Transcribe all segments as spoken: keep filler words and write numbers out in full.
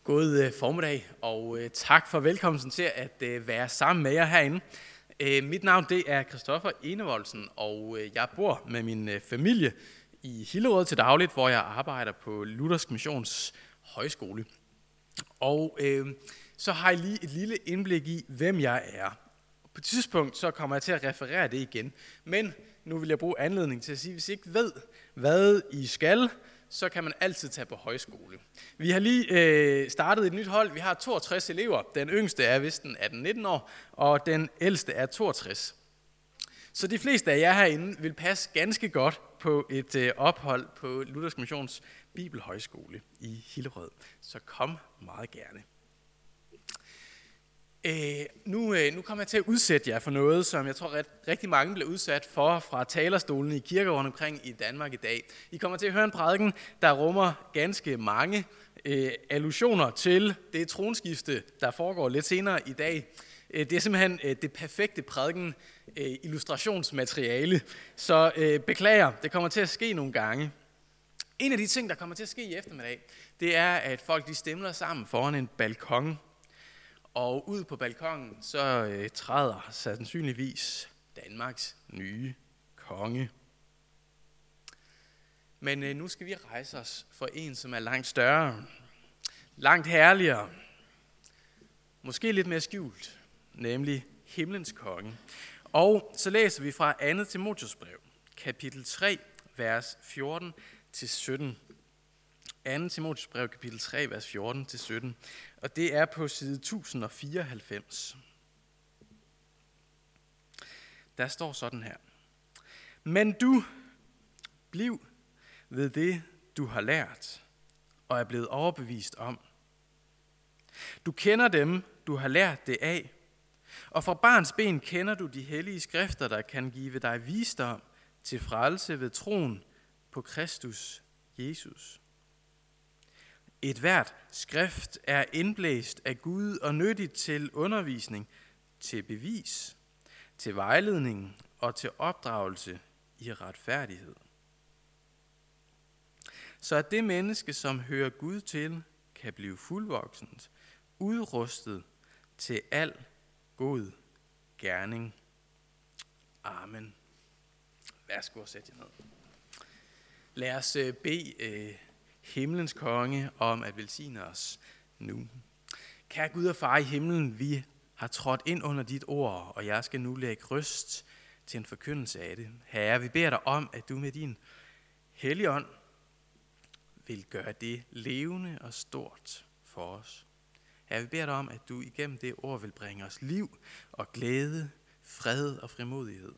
God formiddag, og tak for velkomsten til at være sammen med jer herinde. Mit navn det er Christoffer Enevoldsen, og jeg bor med min familie i Hillerød til dagligt, hvor jeg arbejder på Luthersk Missions Højskole. Og øh, så har jeg lige et lille indblik i, hvem jeg er. På et tidspunkt så kommer jeg til at referere det igen, men nu vil jeg bruge anledning til at sige, hvis I ikke ved, hvad I skal, så kan man altid tage på højskole. Vi har lige øh, startet et nyt hold. Vi har toogtres elever. Den yngste er vist atten nitten år, og den ældste er toogtres. Så de fleste af jer herinde vil passe ganske godt på et øh, ophold på Luthersk Missions Bibelhøjskole i Hillerød. Så kom meget gerne. Øh, nu, øh, nu kommer jeg til at udsætte jer for noget, som jeg tror ret, rigtig mange bliver udsat for fra talerstolen i kirker rundt omkring i Danmark i dag. I kommer til at høre en prædiken, der rummer ganske mange øh, allusioner til det tronskifte, der foregår lidt senere i dag. Det er simpelthen øh, det perfekte prædiken øh, illustrationsmateriale, så øh, beklager, det kommer til at ske nogle gange. En af de ting, der kommer til at ske i eftermiddag, det er, at folk de stemler sammen foran en balkon. Og ud på balkonen, så øh, træder sandsynligvis Danmarks nye konge. Men øh, nu skal vi rejse os for en, som er langt større, langt herligere, måske lidt mere skjult, nemlig himlens konge. Og så læser vi fra andet Timotheus brev, kapitel tre, vers fjorten til sytten. andet Timotheus brev, kapitel tre, vers fjorten til sytten. Og det er på side tusind og fireoghalvfems. Der står sådan her. Men du, bliv ved det, du har lært og er blevet overbevist om. Du kender dem, du har lært det af, og fra barns ben kender du de hellige skrifter, der kan give dig visdom til frelse ved troen på Kristus Jesus. Et hvert skrift er indblæst af Gud og nyttigt til undervisning, til bevis, til vejledning og til opdragelse i retfærdighed. Så at det menneske, som hører Gud til, kan blive fuldvoksent, udrustet til al god gerning. Amen. Værsgo og sæt jer ned. Lad os bede øh, himlens konge om at velsigne os nu. Kære Gud og far i himlen, vi har trådt ind under dit ord, og jeg skal nu lægge røst til en forkyndelse af det. Herre, vi beder dig om, at du med din hellige ånd vil gøre det levende og stort for os. Herre, vi beder dig om, at du igennem det ord vil bringe os liv og glæde, fred og frimodighed.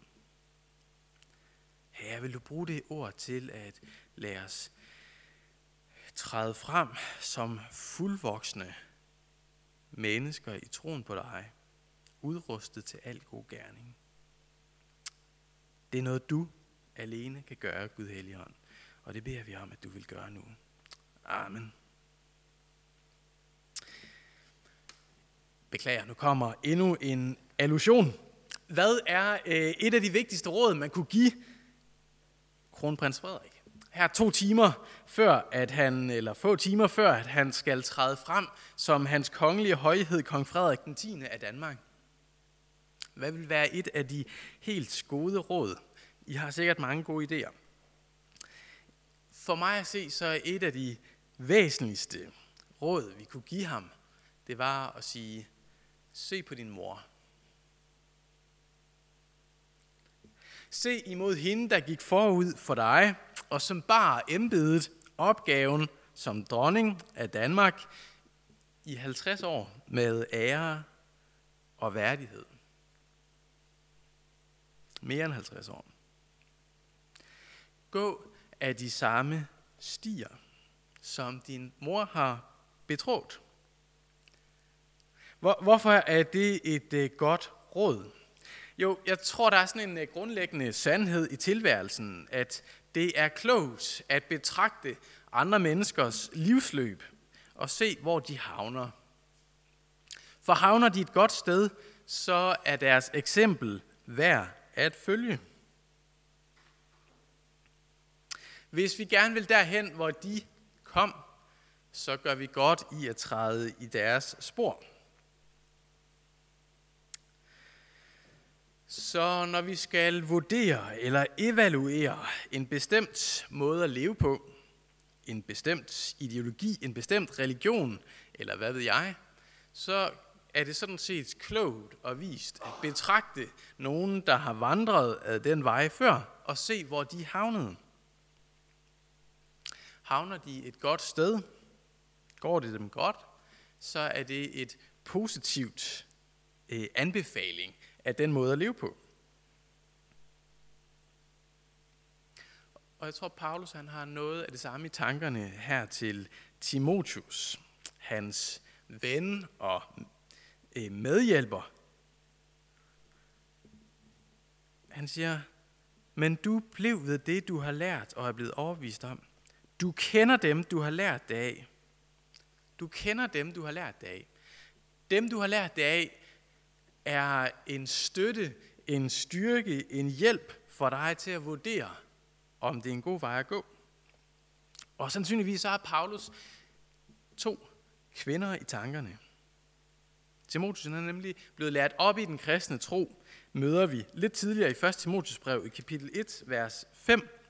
Herre, vil du bruge det ord til at lade os træde frem som fuldvoksne mennesker i troen på dig, udrustet til al god gerning. Det er noget, du alene kan gøre, Gud Helligånd, og det beder vi om, at du vil gøre nu. Amen. Beklager, nu kommer endnu en allusion. Hvad er øh, et af de vigtigste råd, man kunne give kronprins Frederik? Her to timer før, at han, eller få timer før, at han skal træde frem som hans kongelige højhed, kong Frederik den tiende af Danmark. Hvad vil være et af de helt gode råd? I har sikkert mange gode idéer. For mig at se, så er et af de væsentligste råd, vi kunne give ham, det var at sige, se på din mor. Se imod hende, der gik forud for dig, og som bar embedet, opgaven som dronning af Danmark i halvtreds år med ære og værdighed. Mere end halvtreds år. Gå af de samme stier, som din mor har betrådt. Hvor, hvorfor er det et uh, godt råd? Jo, jeg tror, der er sådan en uh, grundlæggende sandhed i tilværelsen, at det er klogt at betragte andre menneskers livsløb og se, hvor de havner. For havner de et godt sted, så er deres eksempel værd at følge. Hvis vi gerne vil derhen, hvor de kom, så gør vi godt i at træde i deres spor. Så når vi skal vurdere eller evaluere en bestemt måde at leve på, en bestemt ideologi, en bestemt religion, eller hvad ved jeg, så er det sådan set klogt og vist at betragte nogen, der har vandret ad den vej før, og se, hvor de havnede. Havner de et godt sted, går det dem godt, så er det et positivt øh, anbefaling af den måde at leve på. Og jeg tror, Paulus han har noget af det samme i tankerne her til Timotheus, hans ven og øh, medhjælper. Han siger, men du blev ved det, du har lært og er blevet overbevist om. Du kender dem, du har lært det af. Du kender dem, du har lært det af. Dem, du har lært det af, er en støtte, en styrke, en hjælp for dig til at vurdere, om det er en god vej at gå. Og sandsynligvis så har Paulus to kvinder i tankerne. Timotheus er nemlig blevet lært op i den kristne tro, møder vi lidt tidligere i første Timotheus brev i kapitel et, vers fem,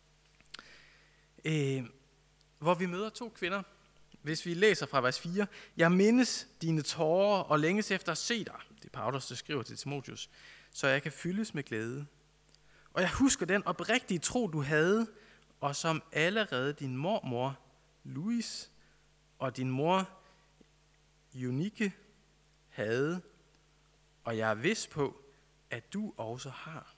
øh, hvor vi møder to kvinder. Hvis vi læser fra vers fire, jeg mindes dine tårer og længes efter at se dig, det er Paulus, der skriver til Timotheus, så jeg kan fyldes med glæde. Og jeg husker den oprigtige tro, du havde, og som allerede din mormor, Louis, og din mor, Eunike, havde, og jeg er vidst på, at du også har.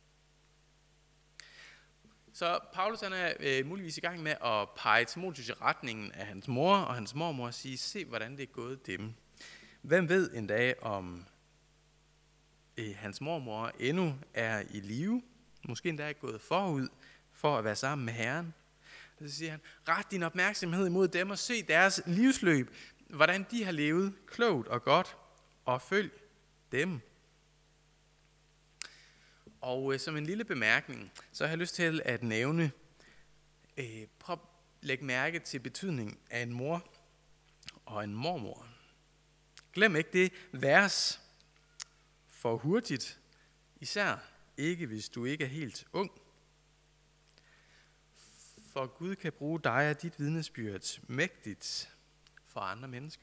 Så Paulus han er øh, muligvis i gang med at pege Timotheus i retningen af hans mor og hans mormor og sige, se hvordan det er gået dem. Hvem ved en dag, om øh, hans mormor endnu er i live, måske endda er gået forud for at være sammen med Herren. Så siger han, ret din opmærksomhed imod dem og se deres livsløb, hvordan de har levet klogt og godt, og følg dem. Og øh, som en lille bemærkning, så har jeg lyst til at nævne, øh, prøv at lægge mærke til betydningen af en mor og en mormor. Glem ikke det vers for hurtigt, især ikke hvis du ikke er helt ung. For Gud kan bruge dig og dit vidnesbyrd mægtigt for andre mennesker.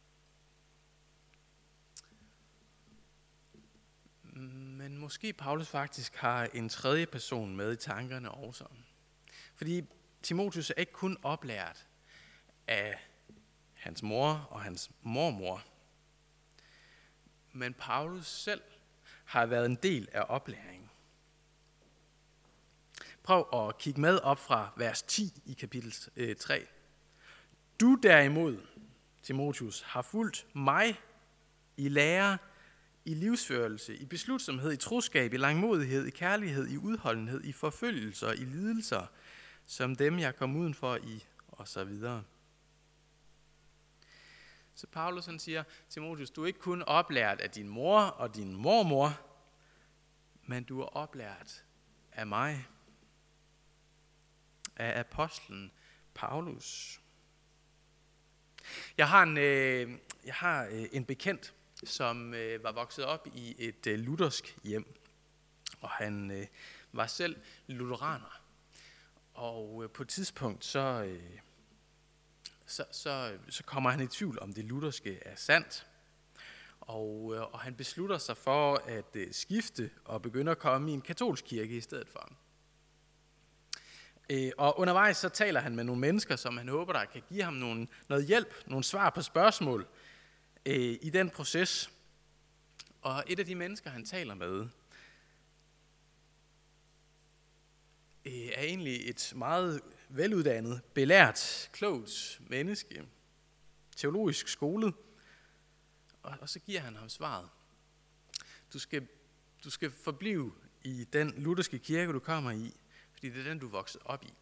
Men måske Paulus faktisk har en tredje person med i tankerne også. Fordi Timotheus er ikke kun oplært af hans mor og hans mormor, men Paulus selv har været en del af oplæringen. Prøv at kigge med op fra vers ti i kapitel øh, tre. Du derimod, Timotheus, har fulgt mig i lære, i livsførelse, i beslutsomhed, i troskab, i langmodighed, i kærlighed, i udholdenhed, i forfølgelser, i lidelser, som dem jeg kom udenfor i, og så videre. Så Paulus han siger, Timotheus, du er ikke kun oplært af din mor og din mormor, men du er oplært af mig, af apostlen Paulus. Jeg har en, øh, jeg har øh, en bekendt, som øh, var vokset op i et øh, luthersk hjem, og han øh, var selv lutheraner. Og øh, på et tidspunkt, så, øh, så, så, så kommer han i tvivl om det lutherske er sandt, og, øh, og han beslutter sig for at øh, skifte og begynde at komme i en katolsk kirke i stedet for. Øh, og undervejs så taler han med nogle mennesker, som han håber, der kan give ham nogle, noget hjælp, nogle svar på spørgsmål øh, i den proces. Og et af de mennesker, han taler med, øh, er egentlig et meget veluddannet, belært, klogt menneske, teologisk skolet. Og, og så giver han ham svaret. Du skal, du skal forblive i den lutherske kirke, du kommer i, fordi det er den, du er vokset op i.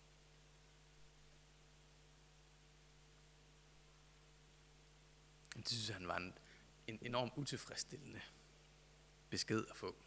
Det synes han var en, en enormt utilfredsstillende besked at få.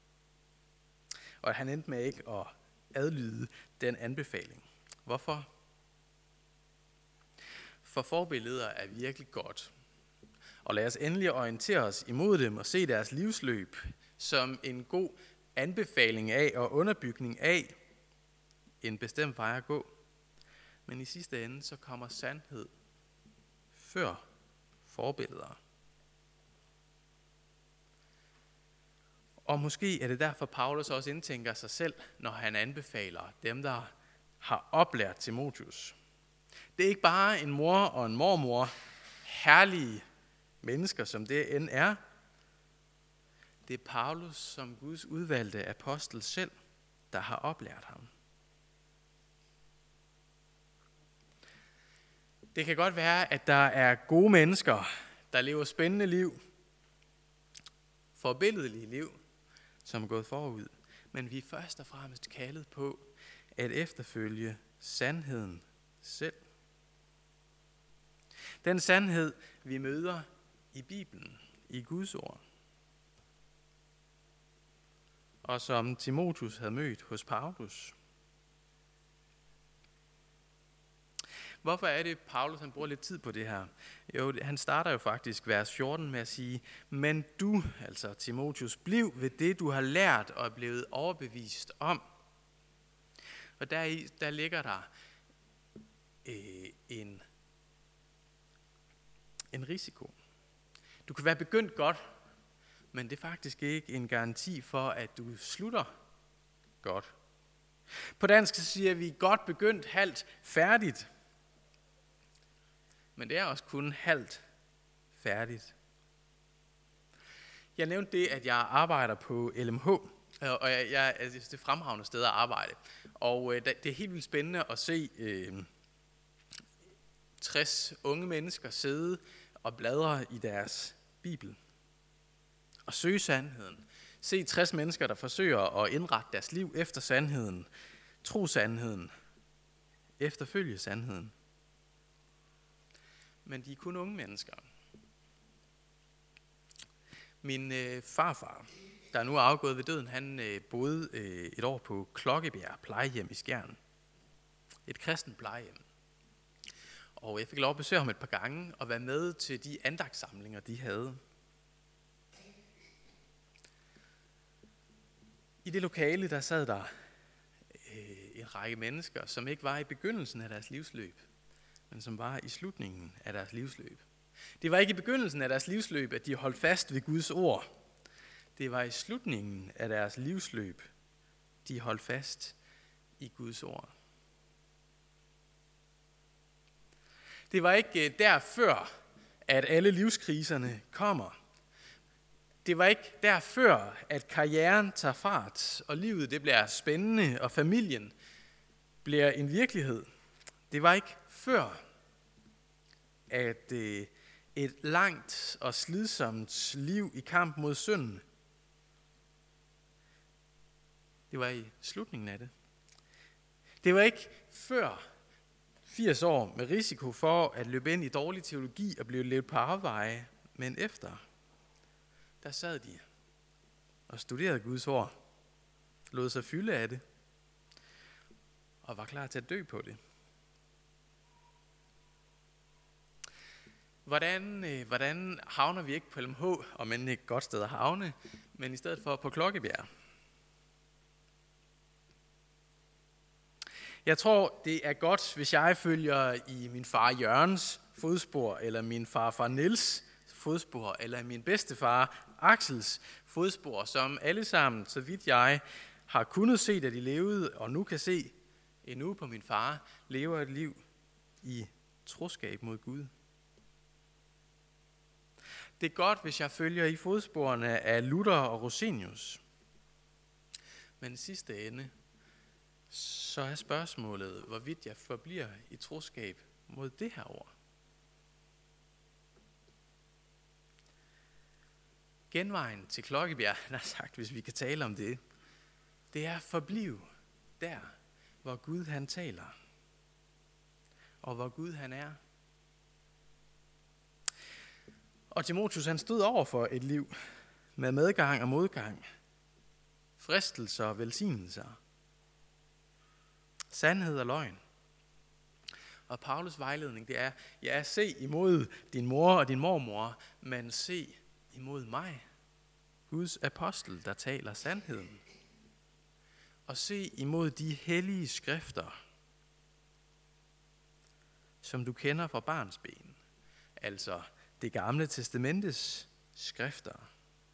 Og han endte med ikke at adlyde den anbefaling. Hvorfor? For forbilleder er virkelig godt. Og lad os endelig orientere os imod dem og se deres livsløb som en god anbefaling af og underbygning af en bestemt vej at gå. Men i sidste ende så kommer sandhed før forbilleder. Og måske er det derfor, Paulus også indtænker sig selv, når han anbefaler dem, der har oplært Timotheus. Det er ikke bare en mor og en mormor, herlige mennesker, som det end er. Det er Paulus som Guds udvalgte apostel selv, der har oplært ham. Det kan godt være, at der er gode mennesker, der lever spændende liv, forbilledelige liv, som er gået forud. Men vi er først og fremmest kaldet på at efterfølge sandheden selv. Den sandhed, vi møder i Bibelen, i Guds ord. Og som Timotheus havde mødt hos Paulus. Hvorfor er det, Paulus han bruger lidt tid på det her? Jo, han starter jo faktisk vers fjorten med at sige, men du, altså Timotheus, bliv ved det, du har lært og er blevet overbevist om. Og deri, der ligger der øh, en, en risiko. Du kan være begyndt godt, men det er faktisk ikke en garanti for, at du slutter godt. På dansk så siger vi godt begyndt, halvt færdigt. Men det er også kun halvt færdigt. Jeg nævnte det, at jeg arbejder på L M H, og jeg, jeg, jeg synes, det er fremragende sted at arbejde. Og øh, det er helt vildt spændende at se øh, tres unge mennesker sidde og bladre i deres Bibel. Og søge sandheden. Se tres mennesker, der forsøger at indrette deres liv efter sandheden. Tro sandheden. Efterfølge sandheden. Men de er kun unge mennesker. Min øh, farfar, der er nu er afgået ved døden, han øh, boede øh, et år på Klokkebjerg plejehjem i Skjern. Et kristent plejehjem. Og jeg fik lov at besøge ham et par gange og være med til de andagtssamlinger, de havde. I det lokale, der sad der øh, en række mennesker, som ikke var i begyndelsen af deres livsløb, men som var i slutningen af deres livsløb. Det var ikke i begyndelsen af deres livsløb, at de holdt fast ved Guds ord. Det var i slutningen af deres livsløb, de holdt fast i Guds ord. Det var ikke der før, at alle livskriserne kommer. Det var ikke der før, at karrieren tager fart, og livet det bliver spændende, og familien bliver en virkelighed. Det var ikke før, at øh, et langt og slidsomt liv i kamp mod synden, det var i slutningen af det. Det var ikke før firs år med risiko for at løbe ind i dårlig teologi og blive ledt på afveje, men efter, der sad de og studerede Guds ord, lod sig fylde af det, og var klar til at dø på det. Hvordan, øh, hvordan havner vi ikke på L M H, om end ikke et godt sted at havne, men i stedet for på Klokkebjerg? Jeg tror, det er godt, hvis jeg følger i min far Jørgens fodspor, eller min farfar Niels fodspor, eller min bedstefar Axels fodspor, som alle sammen, så vidt jeg har kunnet se, da de levede, og nu kan se endnu på min far, lever et liv i troskab mod Gud. Det er godt, hvis jeg følger i fodsporene af Luther og Rosenius. Men i sidste ende, så er spørgsmålet, hvorvidt jeg forbliver i troskab mod det her ord. Genvejen til Klokkebjerg, der er sagt, hvis vi kan tale om det, det er at forblive der, hvor Gud han taler, og hvor Gud han er. Og Timotheus han stod over for et liv med medgang og modgang, fristelser og velsignelser, sandhed og løgn. Og Paulus vejledning, det er, ja, se imod din mor og din mormor, men se imod mig, Guds apostel, der taler sandheden. Og se imod de hellige skrifter, som du kender fra barnsben, altså det gamle testamentes skrifter.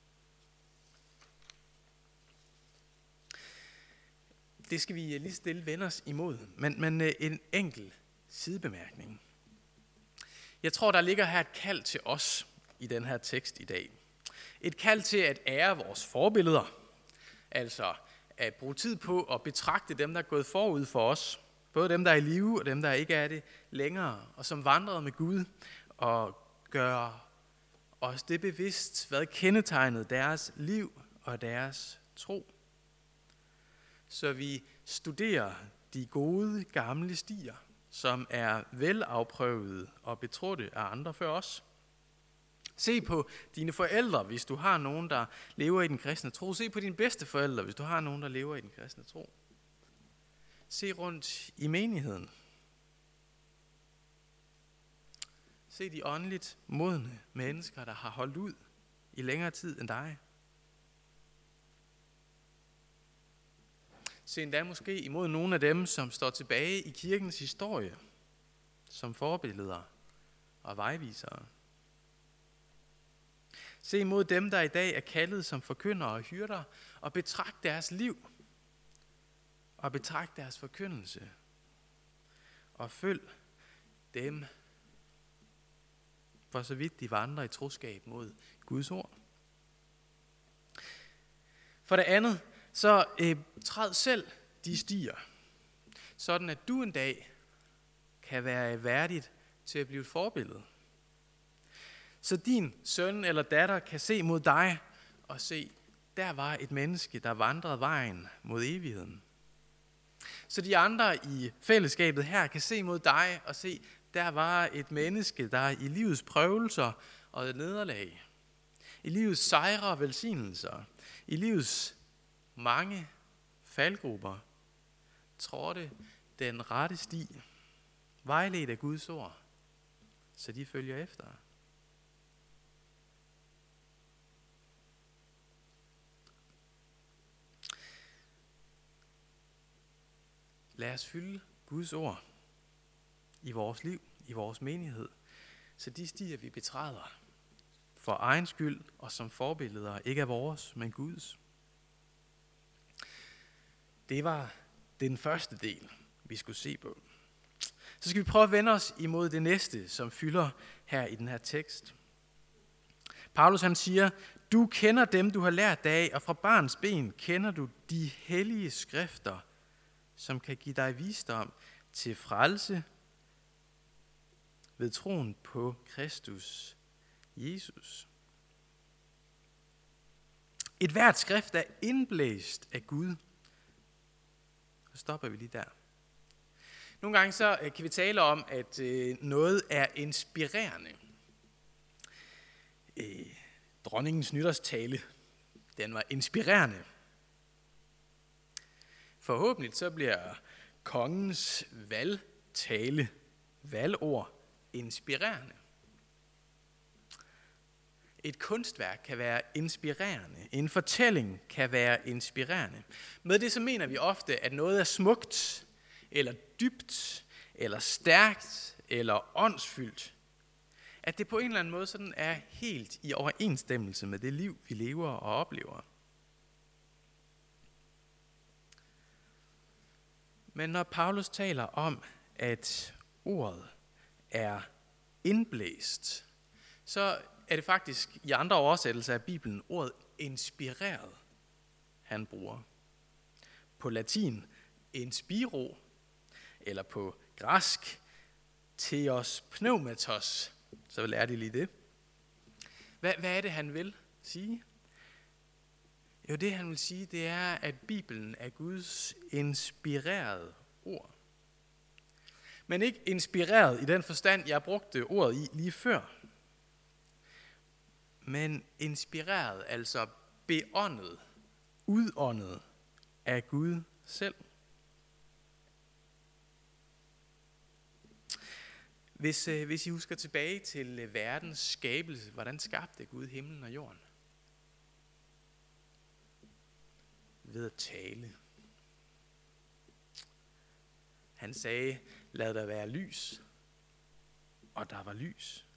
Det skal vi lige stille vende os imod, men, men en enkelt sidebemærkning. Jeg tror, der ligger her et kald til os i den her tekst i dag. Et kald til at ære vores forbilleder, altså at bruge tid på at betragte dem, der er gået forud for os, både dem, der er i live og dem, der ikke er det længere, og som vandrede med Gud, og gøre os det bevidst, hvad kendetegnede deres liv og deres tro. Så vi studerer de gode gamle stier, som er velafprøvede og betrådte af andre før os. Se på dine forældre, hvis du har nogen, der lever i den kristne tro. Se på dine bedsteforældre, hvis du har nogen, der lever i den kristne tro. Se rundt i menigheden. Se de åndeligt modne mennesker, der har holdt ud i længere tid end dig. Se endda måske imod nogle af dem, som står tilbage i kirkens historie, som forbilleder og vejvisere. Se imod dem, der i dag er kaldet som forkyndere og hyrder, og betragt deres liv, og betragt deres forkyndelse, og følg dem, for så vidt de vandrer i troskab mod Guds ord. For det andet, så øh, træd selv de stier, sådan at du en dag kan være værdigt til at blive et forbillede. Så din søn eller datter kan se mod dig og se, der var et menneske, der vandrede vejen mod evigheden. Så de andre i fællesskabet her kan se mod dig og se, der var et menneske, der i livets prøvelser og nederlag, i livets sejre og velsignelser, i livets mange faldgrupper, trådte den rette sti, vejledt af Guds ord, så de følger efter. Lad os fylde Guds ord i vores liv, i vores menighed, så de stier, vi betræder, for egen skyld og som forbilleder, ikke er vores, men Guds. Det var den første del, vi skulle se på. Så skal vi prøve at vende os imod det næste, som fylder her i den her tekst. Paulus han siger, du kender dem, du har lært af, og fra barns ben kender du de hellige skrifter, som kan give dig visdom til frelse ved troen på Kristus Jesus. Et hvert skrift er indblæst af Gud. Så stopper vi lige der. Nogle gange så kan vi tale om, at noget er inspirerende. Dronningens nytårstale, den var inspirerende. Forhåbentlig så bliver kongens valgtale, valgord, inspirerende. Et kunstværk kan være inspirerende. En fortælling kan være inspirerende. Med det så mener vi ofte, at noget er smukt, eller dybt, eller stærkt, eller åndsfyldt. At det på en eller anden måde sådan er helt i overensstemmelse med det liv, vi lever og oplever. Men når Paulus taler om, at ordet er indblæst, så er det faktisk i andre oversættelser af Bibelen ordet inspireret, han bruger. På latin inspiro, eller på græsk theos pneumatos, så lærer de lige det. Hvad, hvad er det, han vil sige? Jo, det han vil sige, det er, at Bibelen er Guds inspirerede ord. Men ikke inspireret i den forstand, jeg brugte ordet i lige før. Men inspireret, altså beåndet, udåndet af Gud selv. Hvis, øh, hvis I husker tilbage til øh, verdens skabelse, hvordan skabte Gud himlen og jorden? Ved at tale. Han sagde, lad der være lys, og der var lys.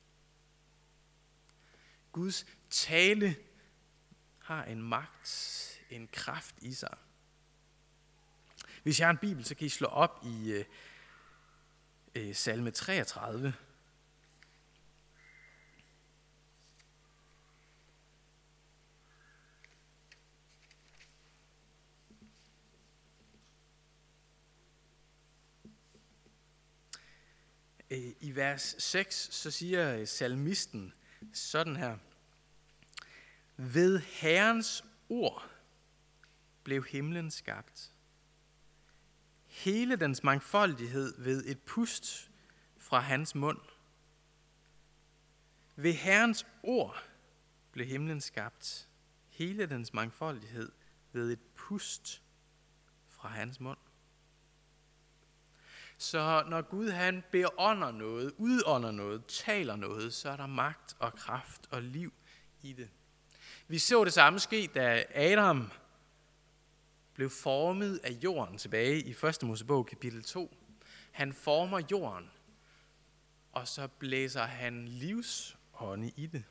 Guds tale har en magt, en kraft i sig. Hvis jeg har en bibel, så kan I slå op i øh, øh, salme treogtredive. I vers seks, så siger salmisten sådan her. Ved Herrens ord blev himlen skabt. Hele dens mangfoldighed ved et pust fra hans mund. Ved Herrens ord blev himlen skabt. Hele dens mangfoldighed ved et pust fra hans mund. Så når Gud han beånder noget, udånder noget, taler noget, så er der magt og kraft og liv i det. Vi så det samme ske, da Adam blev formet af jorden tilbage i første Mosebog kapitel to. Han former jorden, og så blæser han livsånde i det.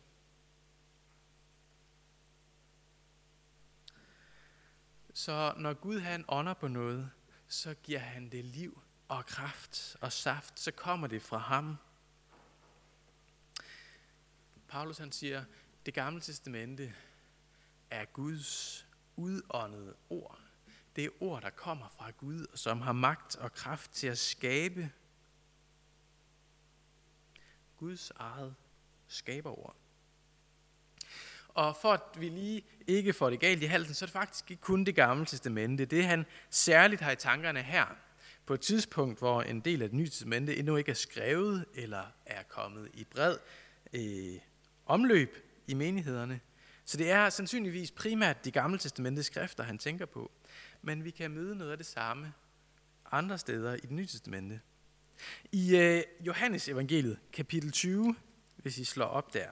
Så når Gud han ånder på noget, så giver han det liv og kraft og saft, så kommer det fra ham. Paulus han siger, det gamle testamente er Guds udåndede ord. Det er ord, der kommer fra Gud, og som har magt og kraft til at skabe. Guds eget skaberord. Og for at vi lige ikke får det galt i halsen, så er det faktisk ikke kun det gamle testamente. Det han særligt har i tankerne her, på et tidspunkt, hvor en del af det nye testamente endnu ikke er skrevet, eller er kommet i bred øh, omløb i menighederne. Så det er sandsynligvis primært de gamle testamentets skrifter, han tænker på. Men vi kan møde noget af det samme andre steder i det nye testamente. I øh, Johannes evangeliet, kapitel tyve, hvis I slår op der.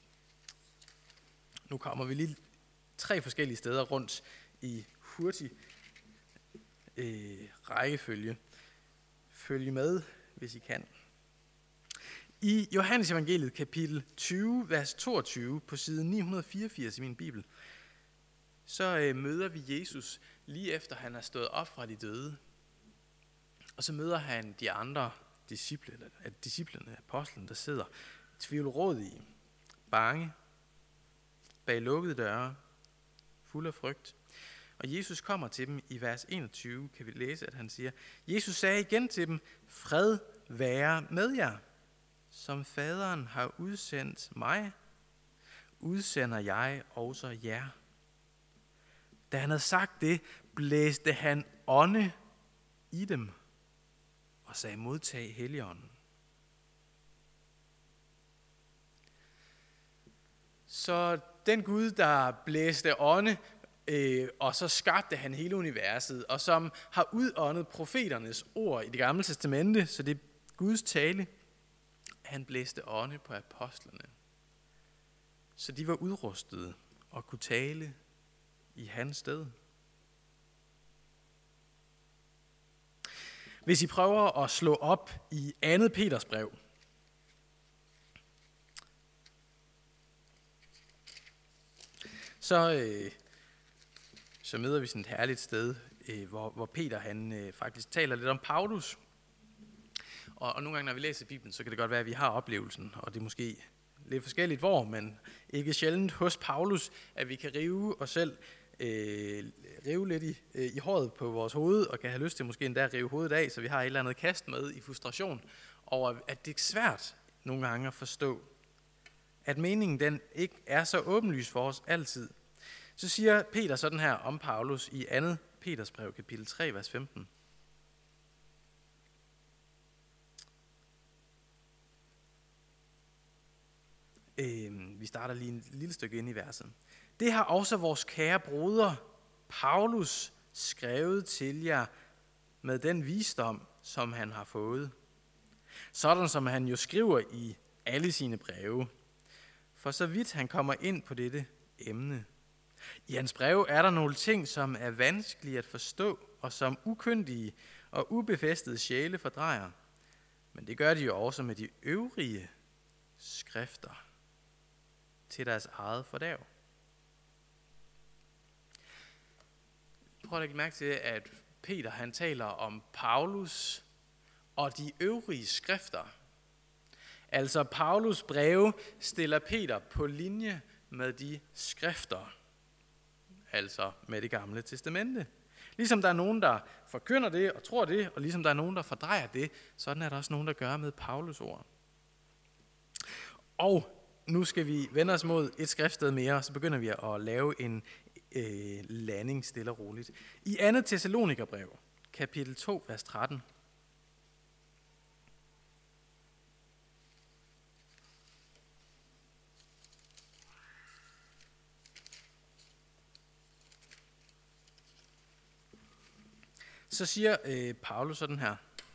Nu kommer vi lige tre forskellige steder rundt i hurtig øh, rækkefølge. Følg med, hvis I kan. I Johannes evangeliet, kapitel tyve, vers toogtyve, på side ni hundrede fireogfirs i min bibel, så øh, møder vi Jesus lige efter han er stået op fra de døde. Og så møder han de andre disciple, eller disciplene, apostlene, der sidder tvivlrådige, bange, bag lukkede døre, fuld af frygt. Og Jesus kommer til dem i vers enogtyve, kan vi læse, at han siger, Jesus sagde igen til dem, fred være med jer. Som faderen har udsendt mig, udsender jeg også jer. Da han havde sagt det, blæste han ånde i dem og sagde, modtag Helligånden. Så den Gud, der blæste ånde, øh, og så skabte han hele universet, og som har udåndet profeternes ord i det gamle testamente, så det er Guds tale, han blæste ånde på apostlene, så de var udrustede og kunne tale i hans sted. Hvis I prøver at slå op i andet Peters brev, så, øh, så møder vi sådan et herligt sted, øh, hvor, hvor Peter han øh, faktisk taler lidt om Paulus. Og, og nogle gange, når vi læser Bibelen, så kan det godt være, at vi har oplevelsen, og det er måske lidt forskelligt hvor, men ikke sjældent hos Paulus, at vi kan rive os selv, øh, rive lidt i, øh, i håret på vores hoved, og kan have lyst til måske endda at rive hovedet af, så vi har et eller andet kast med i frustration over, at det er svært nogle gange at forstå, at meningen den ikke er så åbenlys for os altid. Så siger Peter sådan her om Paulus i andet Peters brev, kapitel tre, vers femten. Øh, vi starter lige en lille stykke ind i verset. Det har også vores kære broder Paulus skrevet til jer med den visdom, som han har fået. Sådan som han jo skriver i alle sine breve. For så vidt han kommer ind på dette emne. I hans breve er der nogle ting, som er vanskelige at forstå, og som ukyndige og ubefæstede sjæle fordrejer. Men det gør de jo også med de øvrige skrifter til deres eget fordærv. Prøv at lægge mærke til, at Peter han taler om Paulus og de øvrige skrifter. Altså Paulus breve stiller Peter på linje med de skrifter, altså med det gamle testamente. Ligesom der er nogen, der forkynder det og tror det, og ligesom der er nogen, der fordrejer det, sådan er der også nogen, der gør med Paulus ord. Og nu skal vi vende os mod et skriftsted mere, og så begynder vi at lave en øh, landing stille og roligt. I andet Thessalonikerbrev, kapitel to, vers tretten. Så siger øh, Paulus sådan her.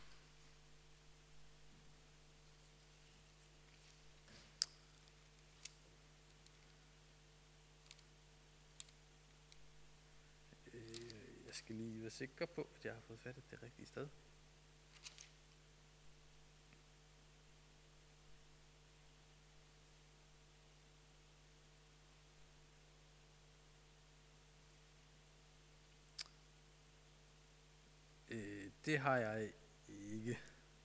Øh, jeg skal lige være sikker på, at jeg har fået fat i det rigtige sted. Det har jeg ikke.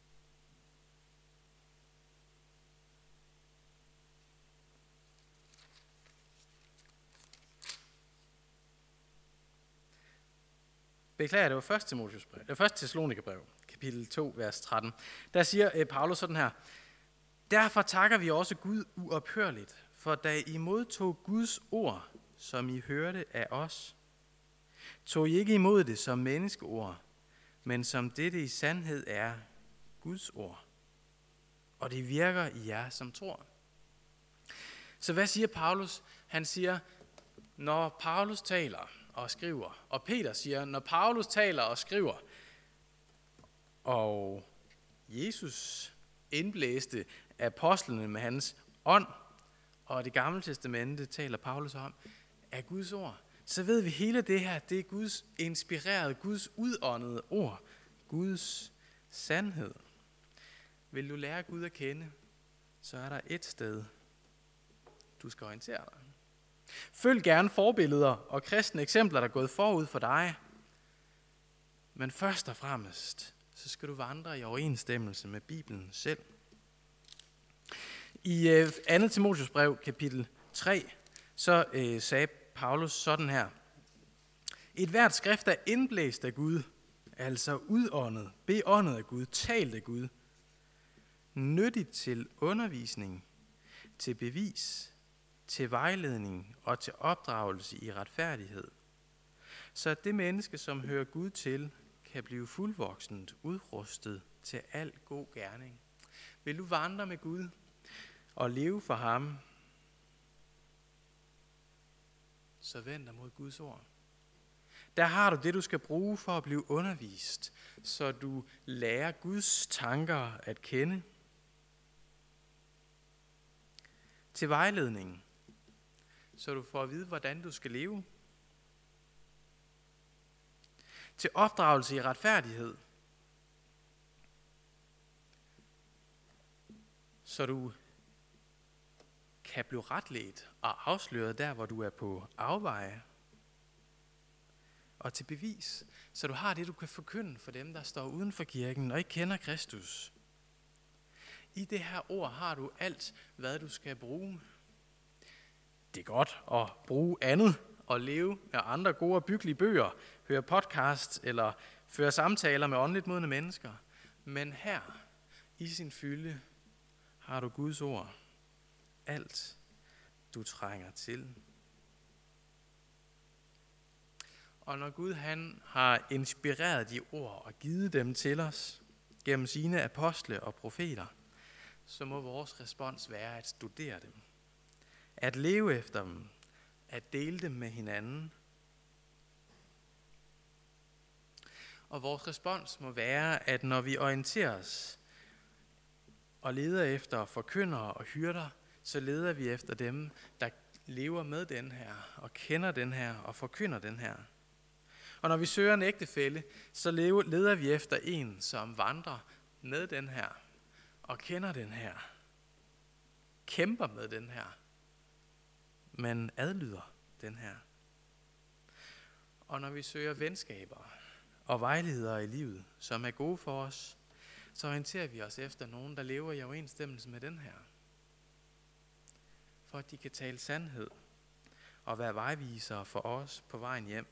Beklager, det var første Timotheus brev, det var første Thessalonikerbrev, kapitel to, vers tretten. Der siger Paulus sådan her: Derfor takker vi også Gud uophørligt, for da I modtog Guds ord, som I hørte af os, tog I ikke imod det som menneskeord, men som dette i sandhed er Guds ord. Og det virker i jer, som tror. Så hvad siger Paulus? Han siger, når Paulus taler og skriver, og Peter siger, når Paulus taler og skriver, og Jesus indblæste apostlene med hans ånd, og det gamle testamente taler Paulus om, er Guds ord, så ved vi hele det her, det er Guds inspirerede, Guds udåndede ord, Guds sandhed. Vil du lære Gud at kende, så er der et sted, du skal orientere dig. Følg gerne forbilleder og kristne eksempler, der er gået forud for dig. Men først og fremmest, så skal du vandre i overensstemmelse med Bibelen selv. I andet Timotheus brev, kapitel tre, så øh, sagde Paulus sådan her: Et hvert skrift er indblæst af Gud, altså udåndet, beåndet af Gud, talt af Gud, nyttigt til undervisning, til bevis, til vejledning og til opdragelse i retfærdighed, så at det menneske, som hører Gud til, kan blive fuldvoksent udrustet til al god gerning. Vil du vandre med Gud og leve for ham, så vend dig mod Guds ord. Der har du det, du skal bruge for at blive undervist, så du lærer Guds tanker at kende. Til vejledning, så du får at vide, hvordan du skal leve. Til opdragelse i retfærdighed, så du kan blive retledt og afsløret der, hvor du er på afveje. Og til bevis, så du har det, du kan forkynde for dem, der står uden for kirken og ikke kender Kristus. I det her ord har du alt, hvad du skal bruge. Det er godt at bruge andet og leve med andre gode og byggelige bøger, høre podcast eller føre samtaler med åndeligt modne mennesker. Men her, i sin fylde, har du Guds ord. Alt, du trænger til. Og når Gud han har inspireret de ord og givet dem til os gennem sine apostle og profeter, så må vores respons være at studere dem, at leve efter dem, at dele dem med hinanden. Og vores respons må være, at når vi orienterer os og leder efter forkyndere og hyrder, så leder vi efter dem, der lever med den her, og kender den her, og forkynder den her. Og når vi søger en ægtefælle, så leder vi efter en, som vandrer med den her, og kender den her, kæmper med den her, men adlyder den her. Og når vi søger venskaber og vejledere i livet, som er gode for os, så orienterer vi os efter nogen, der lever i overensstemmelse med den her. For at de kan tale sandhed og være vejvisere for os på vejen hjem.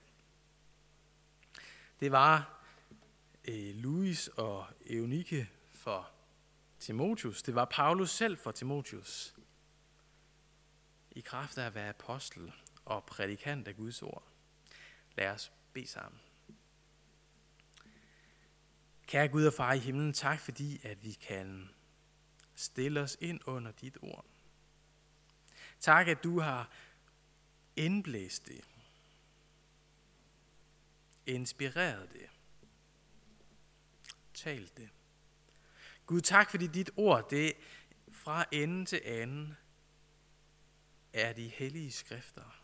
Det var øh, Louis og Eunike for Timotheus. Det var Paulus selv for Timotheus. I kraft af at være apostel og prædikant af Guds ord. Lad os bede sammen. Kære Gud og Far i himlen, tak fordi, at vi kan stille os ind under dit ord. Tak, at du har indblæst det, inspireret det, talt det. Gud, tak fordi dit ord, det fra ende til anden, er de hellige skrifter.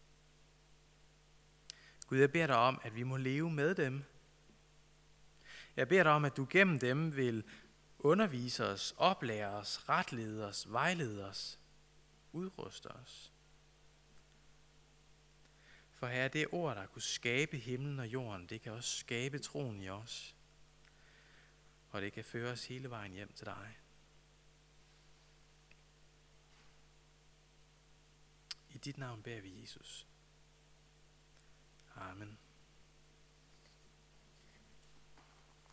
Gud, jeg beder dig om, at vi må leve med dem. Jeg beder dig om, at du gennem dem vil undervise os, oplære os, retlede os, vejlede os, udruste os. For Herre, det ord, der kunne skabe himlen og jorden, det kan også skabe troen i os. Og det kan føre os hele vejen hjem til dig. I dit navn beder vi, Jesus. Amen.